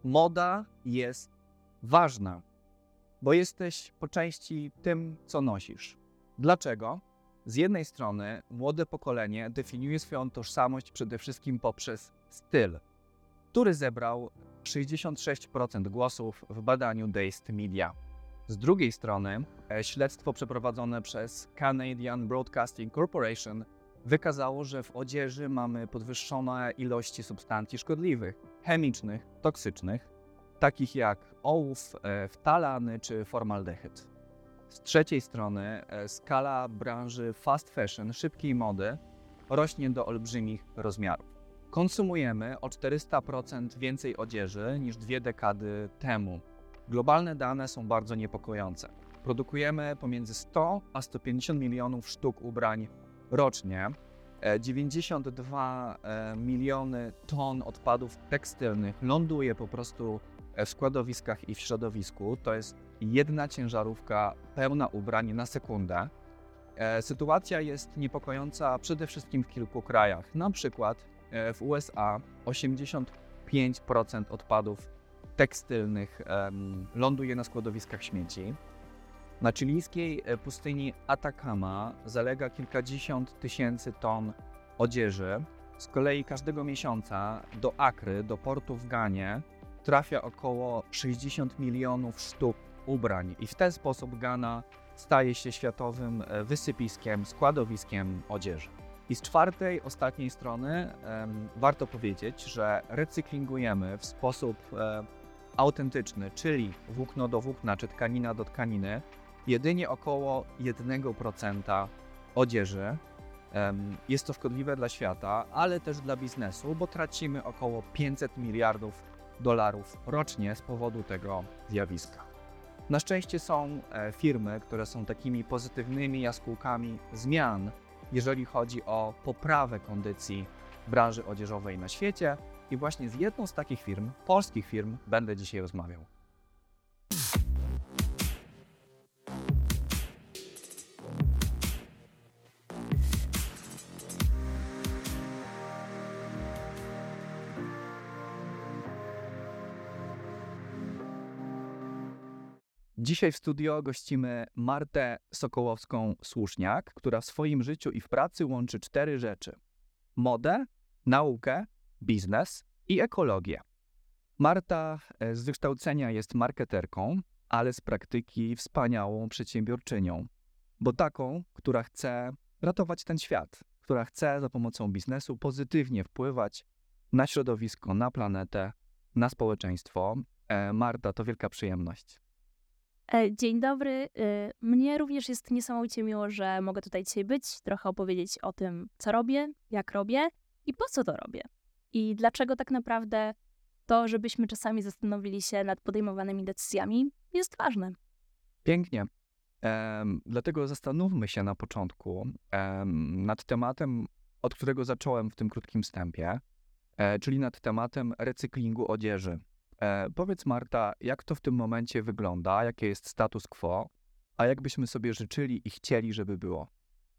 Moda jest ważna, bo jesteś po części tym, co nosisz. Dlaczego? Z jednej strony młode pokolenie definiuje swoją tożsamość przede wszystkim poprzez styl, który zebrał 66% głosów w badaniu Dazed Media. Z drugiej strony śledztwo przeprowadzone przez Canadian Broadcasting Corporation wykazało, że w odzieży mamy podwyższone ilości substancji szkodliwych, chemicznych, toksycznych, takich jak ołów, ftalany czy formaldehyd. Z trzeciej strony skala branży fast fashion, szybkiej mody, rośnie do olbrzymich rozmiarów. Konsumujemy o 400% więcej odzieży niż 2 dekady temu. Globalne dane są bardzo niepokojące. Produkujemy pomiędzy 100 a 150 milionów sztuk ubrań rocznie. 92 miliony ton odpadów tekstylnych ląduje po prostu w składowiskach i w środowisku. To jest 1 ciężarówka pełna ubrań na sekundę. Sytuacja jest niepokojąca przede wszystkim w kilku krajach. Na przykład w USA 85% odpadów tekstylnych ląduje na składowiskach śmieci. Na chilijskiej pustyni Atacama zalega kilkadziesiąt tysięcy ton odzieży. Z kolei każdego miesiąca do Akry, do portu w Ganie, trafia około 60 milionów sztuk ubrań i w ten sposób Gana staje się światowym wysypiskiem, składowiskiem odzieży. I z czwartej, ostatniej strony warto powiedzieć, że recyklingujemy w sposób autentyczny, czyli włókno do włókna czy tkanina do tkaniny, jedynie około 1% odzieży. Jest to szkodliwe dla świata, ale też dla biznesu, bo tracimy około 500 miliardów dolarów rocznie z powodu tego zjawiska. Na szczęście są firmy, które są takimi pozytywnymi jaskółkami zmian, jeżeli chodzi o poprawę kondycji branży odzieżowej na świecie. I właśnie z jedną z takich firm, polskich firm, będę dzisiaj rozmawiał. Dzisiaj w studio gościmy Martę Sokołowską-Słuszniak, która w swoim życiu i w pracy łączy 4 rzeczy: modę, naukę, biznes i ekologię. Marta z wykształcenia jest marketerką, ale z praktyki wspaniałą przedsiębiorczynią, bo taką, która chce ratować ten świat, która chce za pomocą biznesu pozytywnie wpływać na środowisko, na planetę, na społeczeństwo. Marta, to wielka przyjemność. Dzień dobry. Mnie również jest niesamowicie miło, że mogę tutaj dzisiaj być, trochę opowiedzieć o tym, co robię, jak robię i po co to robię. I dlaczego tak naprawdę to, żebyśmy czasami zastanowili się nad podejmowanymi decyzjami, jest ważne. Pięknie. Dlatego zastanówmy się na początku nad tematem, od którego zacząłem w tym krótkim wstępie, czyli nad tematem recyklingu odzieży. Powiedz, Marta, jak to w tym momencie wygląda, jakie jest status quo, a jak byśmy sobie życzyli i chcieli, żeby było?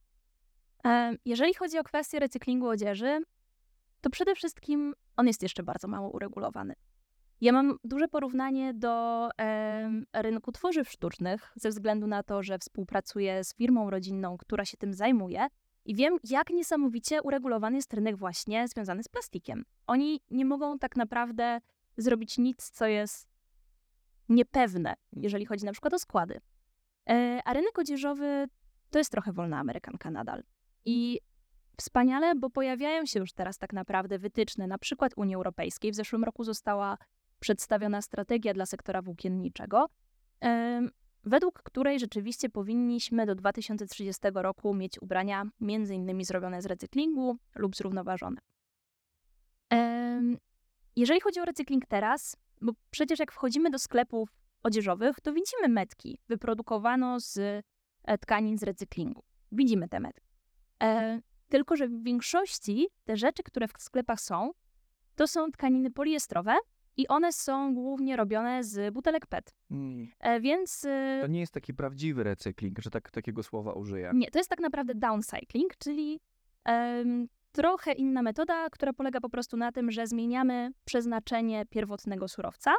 Jeżeli chodzi o kwestię recyklingu odzieży, to przede wszystkim on jest jeszcze bardzo mało uregulowany. Ja mam duże porównanie do rynku tworzyw sztucznych, ze względu na to, że współpracuję z firmą rodzinną, która się tym zajmuje i wiem, jak niesamowicie uregulowany jest rynek właśnie związany z plastikiem. Oni nie mogą tak naprawdę zrobić nic, co jest niepewne, jeżeli chodzi na przykład o składy. A rynek odzieżowy to jest trochę wolna amerykanka nadal. I wspaniale, bo pojawiają się już teraz tak naprawdę wytyczne, na przykład Unii Europejskiej. W zeszłym roku została przedstawiona strategia dla sektora włókienniczego, według której rzeczywiście powinniśmy do 2030 roku mieć ubrania między innymi zrobione z recyklingu lub zrównoważone. Jeżeli chodzi o recykling teraz, bo przecież jak wchodzimy do sklepów odzieżowych, to widzimy metki wyprodukowano z tkanin z recyklingu. Widzimy te metki. Tylko że w większości te rzeczy, które w sklepach są, to są tkaniny poliestrowe i one są głównie robione z butelek PET. Więc... To nie jest taki prawdziwy recykling, że takiego słowa użyję. Nie, to jest tak naprawdę downcycling, czyli trochę inna metoda, która polega po prostu na tym, że zmieniamy przeznaczenie pierwotnego surowca.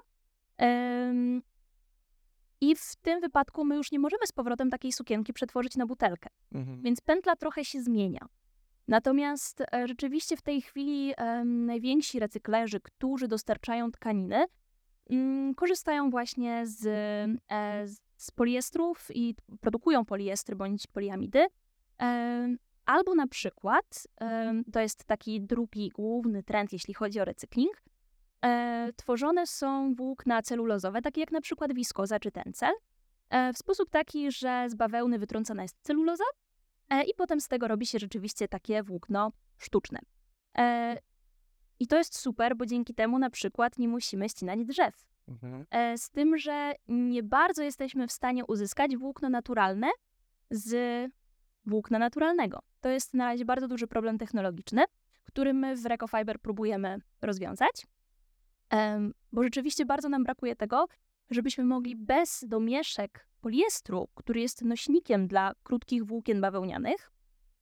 I w tym wypadku my już nie możemy z powrotem takiej sukienki przetworzyć na butelkę. Więc pętla trochę się zmienia. Natomiast rzeczywiście w tej chwili najwięksi recyklerzy, którzy dostarczają tkaniny, korzystają właśnie z poliestrów i produkują poliestry bądź poliamidy. Albo na przykład, to jest taki drugi główny trend, jeśli chodzi o recykling, tworzone są włókna celulozowe, takie jak na przykład wiskoza czy tencel, w sposób taki, że z bawełny wytrącana jest celuloza i potem z tego robi się rzeczywiście takie włókno sztuczne. I to jest super, bo dzięki temu na przykład nie musimy ścinać drzew. Z tym, że nie bardzo jesteśmy w stanie uzyskać włókno naturalne z włókna naturalnego. To jest na razie bardzo duży problem technologiczny, który my w Recofiber próbujemy rozwiązać, bo rzeczywiście bardzo nam brakuje tego, żebyśmy mogli bez domieszek poliestru, który jest nośnikiem dla krótkich włókien bawełnianych,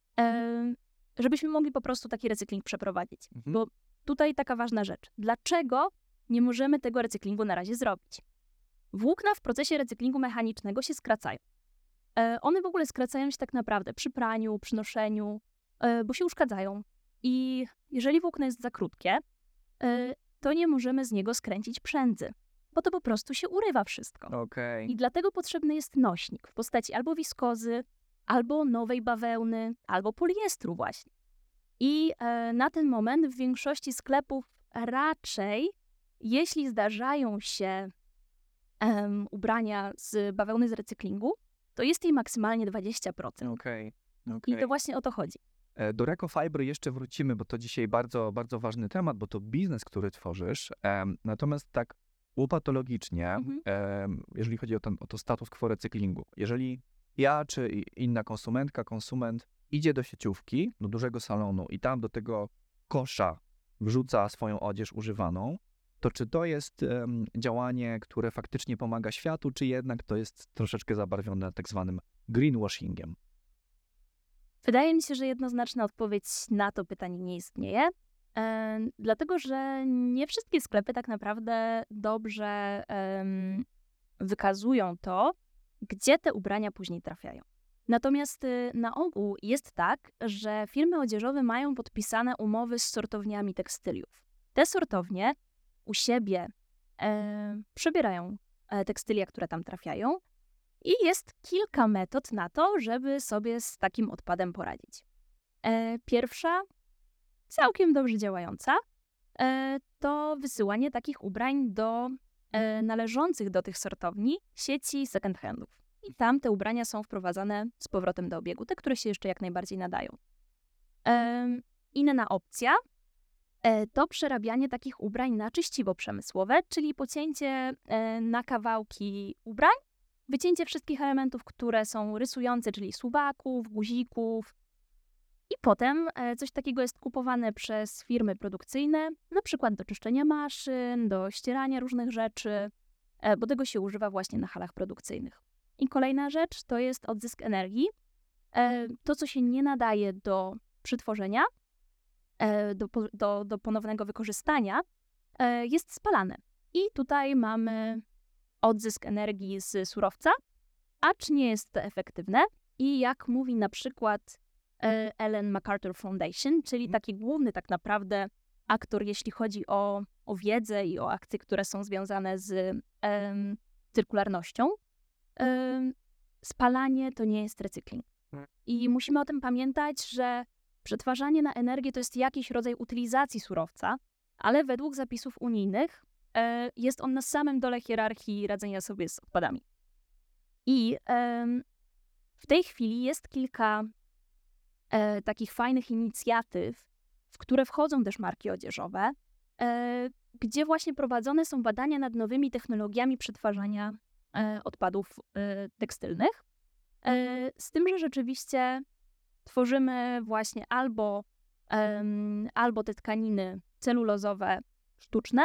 żebyśmy mogli po prostu taki recykling przeprowadzić. Bo tutaj taka ważna rzecz. Dlaczego nie możemy tego recyklingu na razie zrobić? Włókna w procesie recyklingu mechanicznego się skracają. One w ogóle skracają się tak naprawdę przy praniu, przy noszeniu, bo się uszkadzają. I jeżeli włókno jest za krótkie, to nie możemy z niego skręcić przędzy, bo to po prostu się urywa wszystko. I dlatego potrzebny jest nośnik w postaci albo wiskozy, albo nowej bawełny, albo poliestru właśnie. I na ten moment w większości sklepów raczej, jeśli zdarzają się ubrania z bawełny z recyklingu, to jest jej maksymalnie 20%. I to właśnie o to chodzi. Do Recofiber jeszcze wrócimy, bo to dzisiaj bardzo, bardzo ważny temat, bo to biznes, który tworzysz. Natomiast tak upatologicznie, jeżeli chodzi o to status quo recyklingu, jeżeli ja czy inna konsumentka, konsument idzie do sieciówki, do dużego salonu i tam do tego kosza wrzuca swoją odzież używaną, to czy to jest działanie, które faktycznie pomaga światu, czy jednak to jest troszeczkę zabarwione tak zwanym greenwashingiem? Wydaje mi się, że jednoznaczna odpowiedź na to pytanie nie istnieje, dlatego że nie wszystkie sklepy tak naprawdę dobrze wykazują to, gdzie te ubrania później trafiają. Natomiast na ogół jest tak, że firmy odzieżowe mają podpisane umowy z sortowniami tekstyliów. Te sortownie u siebie przebierają tekstylia, które tam trafiają i jest kilka metod na to, żeby sobie z takim odpadem poradzić. Pierwsza, całkiem dobrze działająca, to wysyłanie takich ubrań do należących do tych sortowni sieci second handów. I tam te ubrania są wprowadzane z powrotem do obiegu, te, które się jeszcze jak najbardziej nadają. Inna opcja to przerabianie takich ubrań na czyściwo przemysłowe, czyli pocięcie na kawałki ubrań, wycięcie wszystkich elementów, które są rysujące, czyli suwaków, guzików. I potem coś takiego jest kupowane przez firmy produkcyjne, na przykład do czyszczenia maszyn, do ścierania różnych rzeczy, bo tego się używa właśnie na halach produkcyjnych. I kolejna rzecz to jest odzysk energii. To, co się nie nadaje do przetworzenia, do ponownego wykorzystania, jest spalane. I tutaj mamy odzysk energii z surowca, acz nie jest to efektywne. I jak mówi na przykład Ellen MacArthur Foundation, czyli taki główny tak naprawdę aktor, jeśli chodzi o wiedzę i o akcje, które są związane z cyrkularnością, spalanie to nie jest recykling. I musimy o tym pamiętać, że przetwarzanie na energię to jest jakiś rodzaj utylizacji surowca, ale według zapisów unijnych jest on na samym dole hierarchii radzenia sobie z odpadami. I w tej chwili jest kilka takich fajnych inicjatyw, w które wchodzą też marki odzieżowe, gdzie właśnie prowadzone są badania nad nowymi technologiami przetwarzania odpadów tekstylnych. Z tym, że rzeczywiście tworzymy właśnie albo te tkaniny celulozowe sztuczne,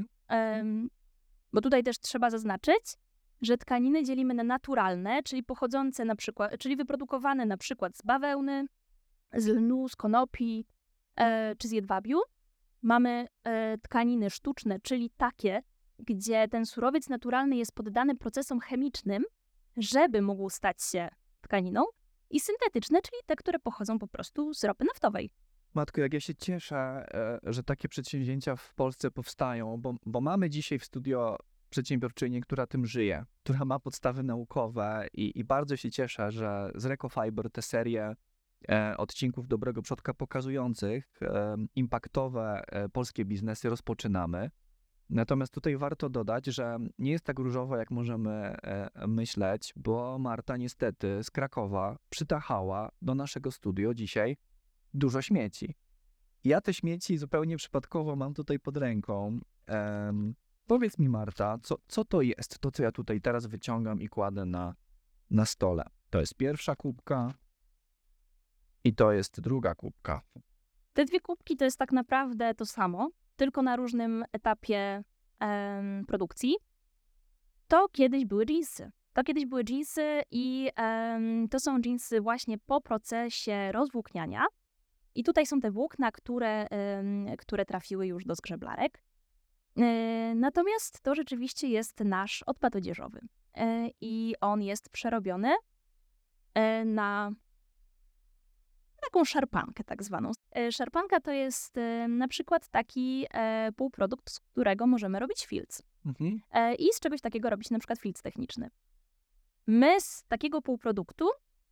bo tutaj też trzeba zaznaczyć, że tkaniny dzielimy na naturalne, czyli pochodzące na przykład, czyli wyprodukowane na przykład z bawełny, z lnu, z konopi, czy z jedwabiu. Mamy tkaniny sztuczne, czyli takie, gdzie ten surowiec naturalny jest poddany procesom chemicznym, żeby mógł stać się tkaniną. I syntetyczne, czyli te, które pochodzą po prostu z ropy naftowej. Matko, jak ja się cieszę, że takie przedsięwzięcia w Polsce powstają, bo mamy dzisiaj w studio przedsiębiorczynię, która tym żyje, która ma podstawy naukowe i bardzo się cieszę, że z Recofiber te serie odcinków Dobrego Przodka pokazujących impaktowe polskie biznesy rozpoczynamy. Natomiast tutaj warto dodać, że nie jest tak różowo, jak możemy myśleć, bo Marta niestety z Krakowa przytachała do naszego studio dzisiaj dużo śmieci. Ja te śmieci zupełnie przypadkowo mam tutaj pod ręką. Powiedz mi, Marta, co to jest, to co ja tutaj teraz wyciągam i kładę na stole? To jest pierwsza kubka i to jest druga kubka. Te dwie kubki to jest tak naprawdę to samo, tylko na różnym etapie produkcji. To kiedyś były jeansy i to są jeansy właśnie po procesie rozwłókniania. I tutaj są te włókna, które trafiły już do zgrzeblarek. Natomiast to rzeczywiście jest nasz odpad odzieżowy. I on jest przerobiony na taką szarpankę tak zwaną. Szarpanka to jest na przykład taki półprodukt, z którego możemy robić filc. I z czegoś takiego robić na przykład filc techniczny. My z takiego półproduktu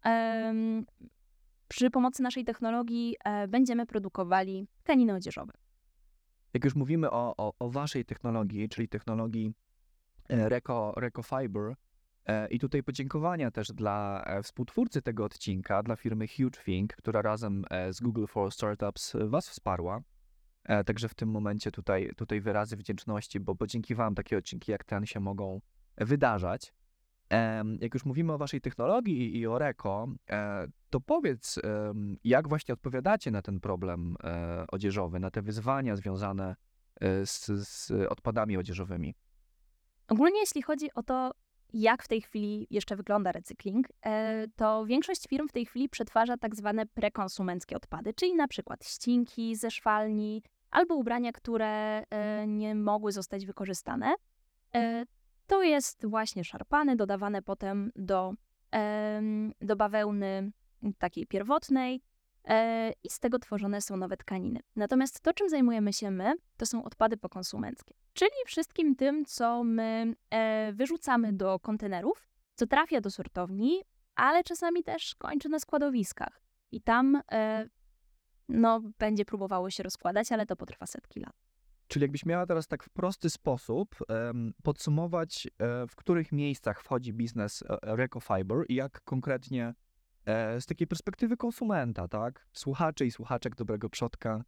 przy pomocy naszej technologii będziemy produkowali tkaniny odzieżowe. Jak już mówimy o waszej technologii, czyli technologii Recofiber, i tutaj podziękowania też dla współtwórcy tego odcinka, dla firmy HugeThink, która razem z Google for Startups was wsparła. Także w tym momencie tutaj wyrazy wdzięczności, bo dzięki wam takie odcinki jak ten się mogą wydarzać. Jak już mówimy o waszej technologii i o Reko, to powiedz, jak właśnie odpowiadacie na ten problem odzieżowy, na te wyzwania związane z odpadami odzieżowymi? Ogólnie jeśli chodzi o to, jak w tej chwili jeszcze wygląda recykling, to większość firm w tej chwili przetwarza tak zwane prekonsumenckie odpady, czyli na przykład ścinki ze szwalni albo ubrania, które nie mogły zostać wykorzystane. To jest właśnie szarpane, dodawane potem do bawełny takiej pierwotnej i z tego tworzone są nowe tkaniny. Natomiast to, czym zajmujemy się my, to są odpady pokonsumenckie, czyli wszystkim tym, co my wyrzucamy do kontenerów, co trafia do sortowni, ale czasami też kończy na składowiskach. I tam będzie próbowało się rozkładać, ale to potrwa setki lat. Czyli jakbyś miała teraz tak w prosty sposób podsumować, w których miejscach wchodzi biznes Recofiber i jak konkretnie z takiej perspektywy konsumenta, tak? Słuchaczy i słuchaczek Dobrego Przodka,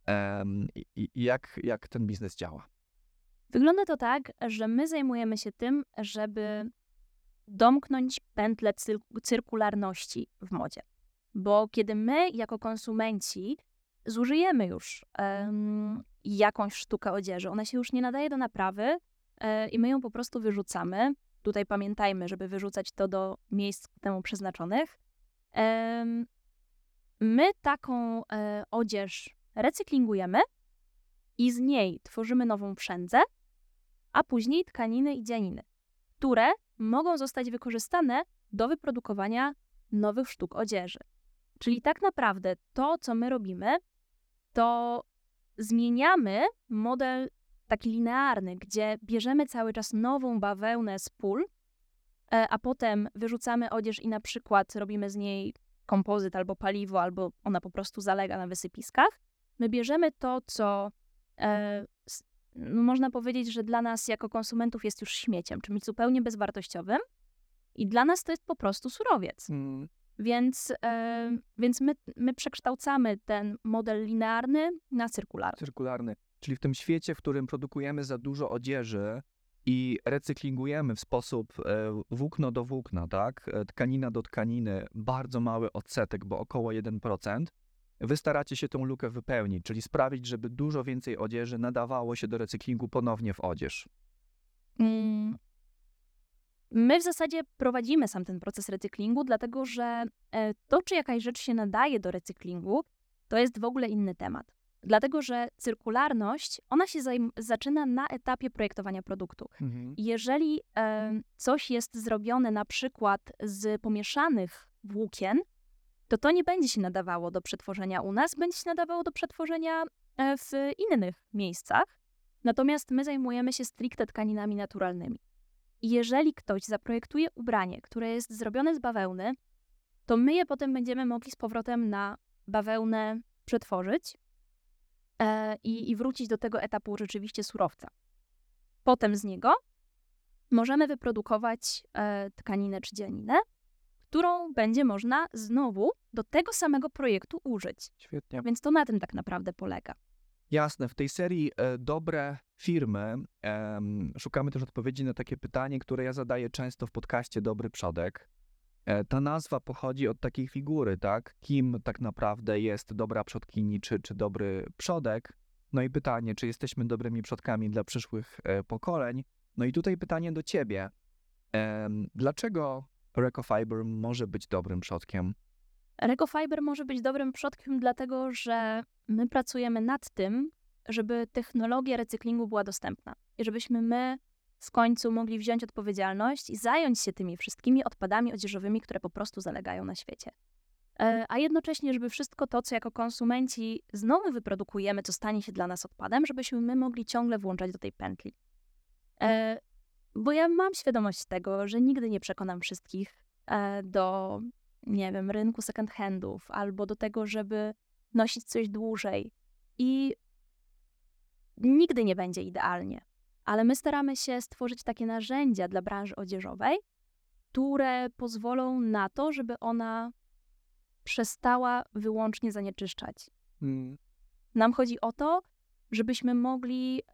jak ten biznes działa? Wygląda to tak, że my zajmujemy się tym, żeby domknąć pętlę cyrkularności w modzie. Bo kiedy my jako konsumenci zużyjemy już jakąś sztukę odzieży, ona się już nie nadaje do naprawy i my ją po prostu wyrzucamy. Tutaj pamiętajmy, żeby wyrzucać to do miejsc temu przeznaczonych. My taką odzież recyklingujemy i z niej tworzymy nową przędzę, a później tkaniny i dzianiny, które mogą zostać wykorzystane do wyprodukowania nowych sztuk odzieży. Czyli tak naprawdę to, co my robimy, to zmieniamy model taki linearny, gdzie bierzemy cały czas nową bawełnę z pól, a potem wyrzucamy odzież i na przykład robimy z niej kompozyt albo paliwo, albo ona po prostu zalega na wysypiskach. My bierzemy to, co można powiedzieć, że dla nas jako konsumentów jest już śmieciem, czymś zupełnie bezwartościowym i dla nas to jest po prostu surowiec. Więc my przekształcamy ten model linearny na cyrkularny. Cyrkularny, czyli w tym świecie, w którym produkujemy za dużo odzieży i recyklingujemy w sposób włókno do włókna, tak? Tkanina do tkaniny, bardzo mały odsetek, bo około 1%. Wy staracie się tą lukę wypełnić, czyli sprawić, żeby dużo więcej odzieży nadawało się do recyklingu ponownie w odzież. My w zasadzie prowadzimy sam ten proces recyklingu, dlatego że to, czy jakaś rzecz się nadaje do recyklingu, to jest w ogóle inny temat. Dlatego, że cyrkularność, ona się zaczyna na etapie projektowania produktu. Jeżeli coś jest zrobione na przykład z pomieszanych włókien, to nie będzie się nadawało do przetworzenia u nas, będzie się nadawało do przetworzenia w innych miejscach. Natomiast my zajmujemy się stricte tkaninami naturalnymi. I jeżeli ktoś zaprojektuje ubranie, które jest zrobione z bawełny, to my je potem będziemy mogli z powrotem na bawełnę przetworzyć i wrócić do tego etapu rzeczywiście surowca. Potem z niego możemy wyprodukować tkaninę czy dzianinę, którą będzie można znowu do tego samego projektu użyć. Świetnie. Więc to na tym tak naprawdę polega. Jasne, w tej serii Dobre firmy szukamy też odpowiedzi na takie pytanie, które ja zadaję często w podcaście Dobry Przodek. Ta nazwa pochodzi od takiej figury, tak? Kim tak naprawdę jest dobra przodkini czy dobry przodek? No i pytanie, czy jesteśmy dobrymi przodkami dla przyszłych pokoleń? No i tutaj pytanie do ciebie. Dlaczego Recofiber może być dobrym przodkiem? Recofiber może być dobrym przodkiem dlatego, że my pracujemy nad tym, żeby technologia recyklingu była dostępna i żebyśmy my w końcu mogli wziąć odpowiedzialność i zająć się tymi wszystkimi odpadami odzieżowymi, które po prostu zalegają na świecie. A jednocześnie, żeby wszystko to, co jako konsumenci znowu wyprodukujemy, co stanie się dla nas odpadem, żebyśmy my mogli ciągle włączać do tej pętli. Bo ja mam świadomość tego, że nigdy nie przekonam wszystkich do, nie wiem, rynku second handów albo do tego, żeby nosić coś dłużej. I nigdy nie będzie idealnie. Ale my staramy się stworzyć takie narzędzia dla branży odzieżowej, które pozwolą na to, żeby ona przestała wyłącznie zanieczyszczać. Nam chodzi o to, żebyśmy mogli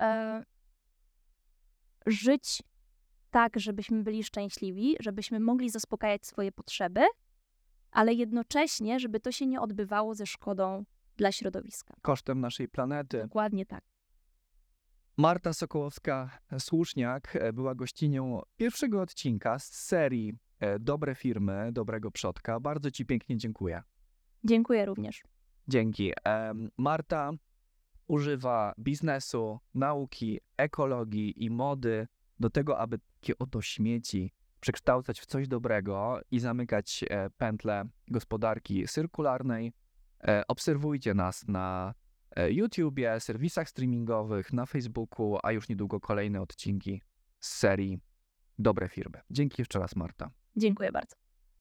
żyć tak, żebyśmy byli szczęśliwi, żebyśmy mogli zaspokajać swoje potrzeby, ale jednocześnie, żeby to się nie odbywało ze szkodą dla środowiska. Kosztem naszej planety. Dokładnie tak. Marta Sokołowska-Słuszniak była gościnią pierwszego odcinka z serii Dobre firmy, dobrego przodka. Bardzo ci pięknie dziękuję. Dziękuję również. Dzięki. Marta używa biznesu, nauki, ekologii i mody do tego, aby takie oto śmieci przekształcać w coś dobrego i zamykać pętlę gospodarki cyrkularnej. Obserwujcie nas na YouTubie, serwisach streamingowych, na Facebooku, a już niedługo kolejne odcinki z serii Dobre firmy. Dzięki jeszcze raz, Marta. Dziękuję bardzo.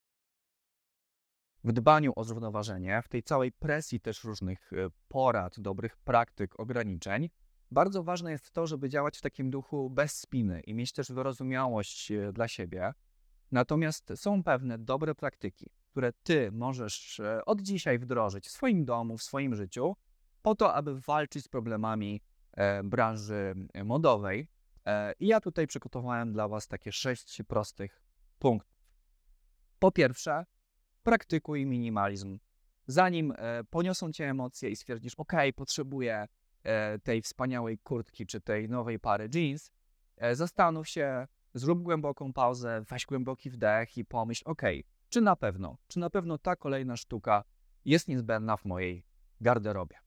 W dbaniu o zrównoważenie, w tej całej presji też różnych porad, dobrych praktyk, ograniczeń, bardzo ważne jest to, żeby działać w takim duchu bez spiny i mieć też wyrozumiałość dla siebie. Natomiast są pewne dobre praktyki, które ty możesz od dzisiaj wdrożyć w swoim domu, w swoim życiu, po to, aby walczyć z problemami branży modowej. I ja tutaj przygotowałem dla was takie 6 prostych punktów. Po pierwsze, praktykuj minimalizm. Zanim poniosą cię emocje i stwierdzisz, ok, potrzebuję tej wspaniałej kurtki czy tej nowej pary jeans, zastanów się, zrób głęboką pauzę, weź głęboki wdech i pomyśl, ok, czy na pewno ta kolejna sztuka jest niezbędna w mojej garderobie.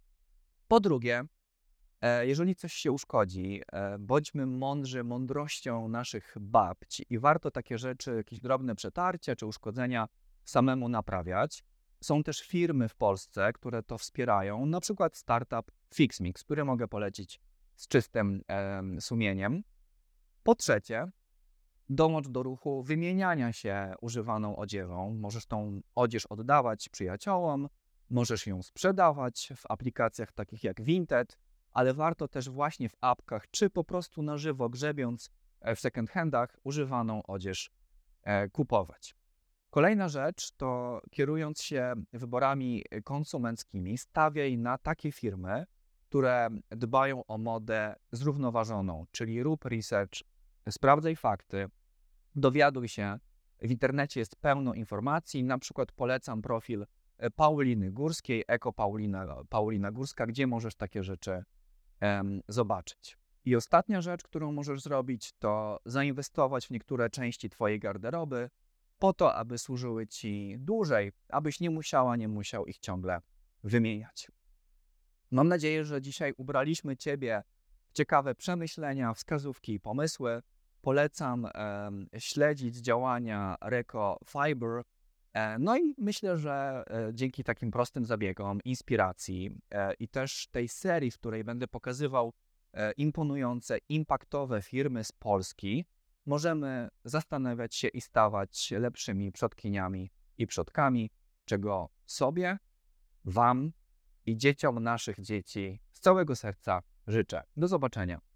Po drugie, jeżeli coś się uszkodzi, bądźmy mądrzy mądrością naszych babci i warto takie rzeczy, jakieś drobne przetarcia czy uszkodzenia samemu naprawiać. Są też firmy w Polsce, które to wspierają, na przykład startup FixMix, który mogę polecić z czystym sumieniem. Po trzecie, dołącz do ruchu wymieniania się używaną odzieżą. Możesz tą odzież oddawać przyjaciołom, możesz ją sprzedawać w aplikacjach takich jak Vinted, ale warto też właśnie w apkach, czy po prostu na żywo grzebiąc w second handach używaną odzież kupować. Kolejna rzecz to kierując się wyborami konsumenckimi, stawiaj na takie firmy, które dbają o modę zrównoważoną, czyli rób research, sprawdzaj fakty, dowiaduj się. W internecie jest pełno informacji, na przykład polecam profil Pauliny Górskiej, Eko Paulina Górska, gdzie możesz takie rzeczy zobaczyć. I ostatnia rzecz, którą możesz zrobić, to zainwestować w niektóre części twojej garderoby po to, aby służyły ci dłużej, abyś nie musiał ich ciągle wymieniać. Mam nadzieję, że dzisiaj ubraliśmy Ciebie w ciekawe przemyślenia, wskazówki i pomysły. Polecam śledzić działania Reco Fiber. No i myślę, że dzięki takim prostym zabiegom, inspiracji i też tej serii, w której będę pokazywał imponujące, impaktowe firmy z Polski, możemy zastanawiać się i stawać lepszymi przodkiniami i przodkami, czego sobie, Wam i dzieciom naszych dzieci z całego serca życzę. Do zobaczenia.